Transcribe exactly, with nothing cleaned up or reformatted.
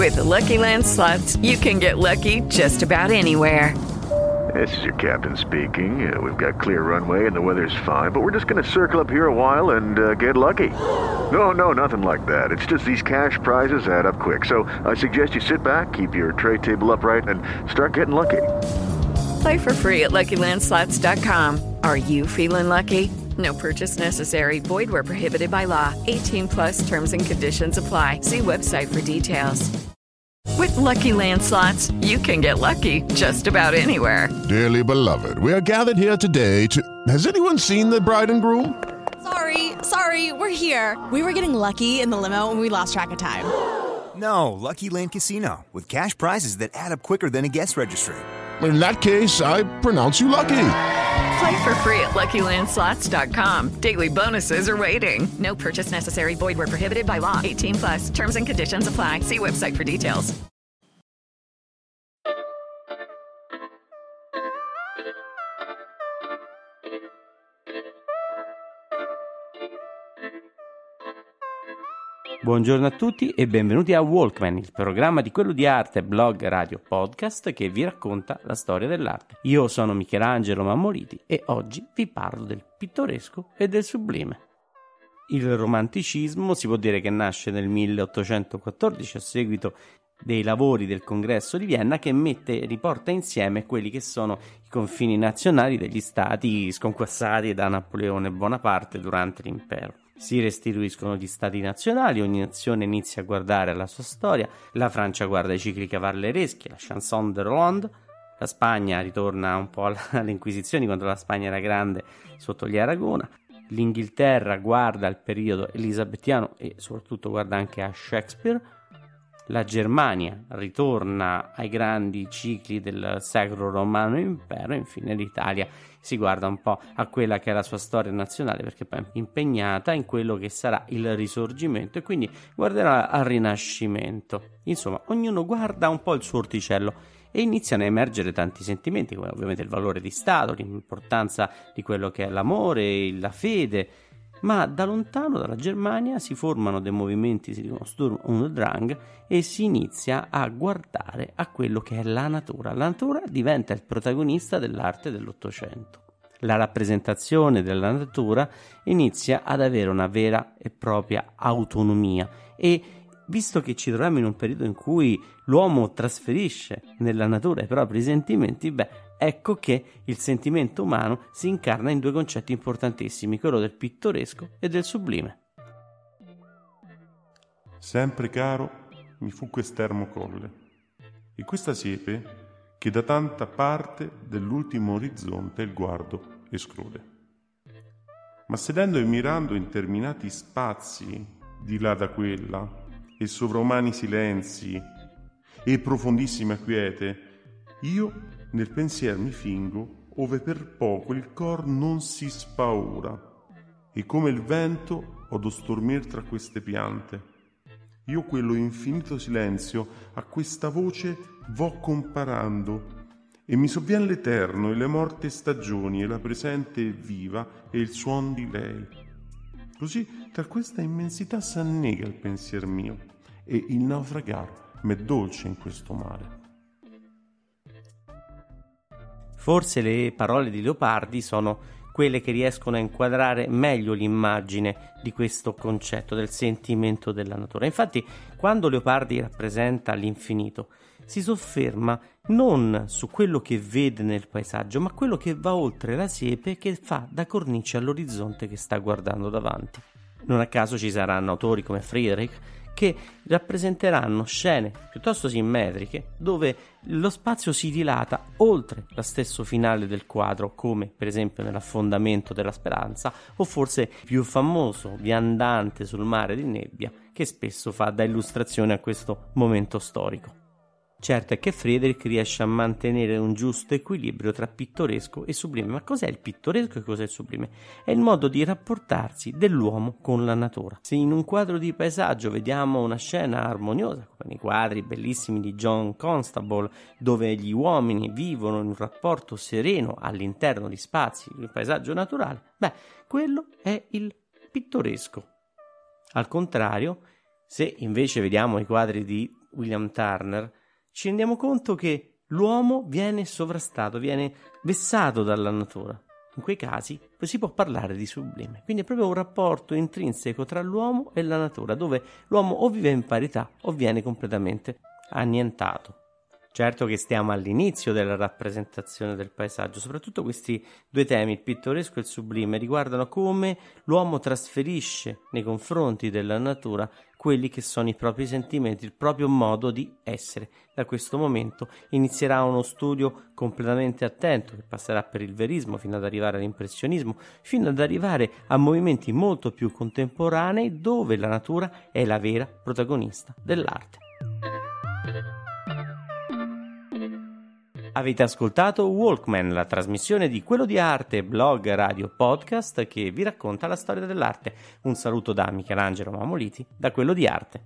With the Lucky Land Slots, you can get lucky just about anywhere. This is your captain speaking. Uh, we've got clear runway and the weather's fine, but we're just going to circle up here a while and uh, get lucky. No, no, nothing like that. It's just these cash prizes add up quick. So I suggest you sit back, keep your tray table upright, and start getting lucky. Play for free at Lucky Land Slots dot com. Are you feeling lucky? No purchase necessary. Void where prohibited by law. eighteen plus terms and conditions apply. See website for details. With Lucky Land Slots, you can get lucky just about anywhere. Dearly beloved, we are gathered here today to... Has anyone seen the bride and groom? Sorry, sorry, we're here. We were getting lucky in the limo and we lost track of time. No, Lucky Land Casino, with cash prizes that add up quicker than a guest registry. In that case, I pronounce you lucky. Play for free at Lucky Land Slots dot com. Daily bonuses are waiting. No purchase necessary. Void where prohibited by law. eighteen plus. Terms and conditions apply. See website for details. Buongiorno a tutti e benvenuti a Walkman, il programma di Quello di Arte, blog, radio, podcast che vi racconta la storia dell'arte. Io sono Michelangelo Mammoliti e oggi vi parlo del pittoresco e del sublime. Il romanticismo si può dire che nasce nel milleottocentoquattordici a seguito dei lavori del Congresso di Vienna, che mette e riporta insieme quelli che sono i confini nazionali degli stati sconquassati da Napoleone Bonaparte durante l'impero. Si restituiscono gli stati nazionali, ogni nazione inizia a guardare alla sua storia, la Francia guarda i cicli cavallereschi, la chanson de Roland, la Spagna ritorna un po' alle Inquisizioni quando la Spagna era grande sotto gli Aragona, l'Inghilterra guarda il periodo elisabettiano e soprattutto guarda anche a Shakespeare, la Germania ritorna ai grandi cicli del Sacro Romano Impero e infine l'Italia si guarda un po' a quella che è la sua storia nazionale, perché poi è impegnata in quello che sarà il Risorgimento e quindi guarderà al Rinascimento. Insomma, ognuno guarda un po' il suo orticello e iniziano a emergere tanti sentimenti, come ovviamente il valore di Stato, l'importanza di quello che è l'amore, la fede. Ma da lontano, dalla Germania, si formano dei movimenti, si dicono Sturm und Drang, e si inizia a guardare a quello che è la natura. La natura diventa il protagonista dell'arte dell'Ottocento. La rappresentazione della natura inizia ad avere una vera e propria autonomia e, visto che ci troviamo in un periodo in cui l'uomo trasferisce nella natura i propri sentimenti, beh, ecco che il sentimento umano si incarna in due concetti importantissimi, quello del pittoresco e del sublime. Sempre caro mi fu quest'ermo colle e questa siepe che da tanta parte dell'ultimo orizzonte il guardo esclude. Ma sedendo e mirando interminati spazi di là da quella e sovraumani silenzi e profondissima quiete, io nel pensier mi fingo ove per poco il cor non si spaura e come il vento odo stormir tra queste piante. Io quello infinito silenzio a questa voce vo comparando e mi sovvien l'eterno e le morte stagioni e la presente e viva e il suon di lei. Così tra questa immensità s'annega il pensier mio e il naufragar m'è dolce in questo mare. Forse le parole di Leopardi sono quelle che riescono a inquadrare meglio l'immagine di questo concetto del sentimento della natura. Infatti, quando Leopardi rappresenta l'infinito, si sofferma non su quello che vede nel paesaggio, ma quello che va oltre la siepe che fa da cornice all'orizzonte che sta guardando davanti. Non a caso ci saranno autori come Friedrich che rappresenteranno scene piuttosto simmetriche dove lo spazio si dilata oltre lo stesso finale del quadro, come per esempio nell'Affondamento della Speranza o forse più famoso Viandante sul mare di nebbia, che spesso fa da illustrazione a questo momento storico. Certo è che Friedrich riesce a mantenere un giusto equilibrio tra pittoresco e sublime. Ma cos'è il pittoresco e cos'è il sublime? È il modo di rapportarsi dell'uomo con la natura. Se in un quadro di paesaggio vediamo una scena armoniosa, come nei quadri bellissimi di John Constable, dove gli uomini vivono in un rapporto sereno all'interno di spazi di un paesaggio naturale, beh, quello è il pittoresco. Al contrario, Se invece vediamo i quadri di William Turner, ci rendiamo conto che l'uomo viene sovrastato, viene vessato dalla natura. In quei casi si può parlare di sublime, quindi è proprio un rapporto intrinseco tra l'uomo e la natura, dove l'uomo o vive in parità o viene completamente annientato. Certo che stiamo all'inizio della rappresentazione del paesaggio, soprattutto questi due temi, il pittoresco e il sublime, riguardano come l'uomo trasferisce nei confronti della natura quelli che sono i propri sentimenti, il proprio modo di essere. Da questo momento inizierà uno studio completamente attento, che passerà per il verismo fino ad arrivare all'impressionismo, fino ad arrivare a movimenti molto più contemporanei dove la natura è la vera protagonista dell'arte. Avete ascoltato Walkman, la trasmissione di Quello di Arte, blog, radio, podcast che vi racconta la storia dell'arte. Un saluto da Michelangelo Mamoliti, da Quello di Arte.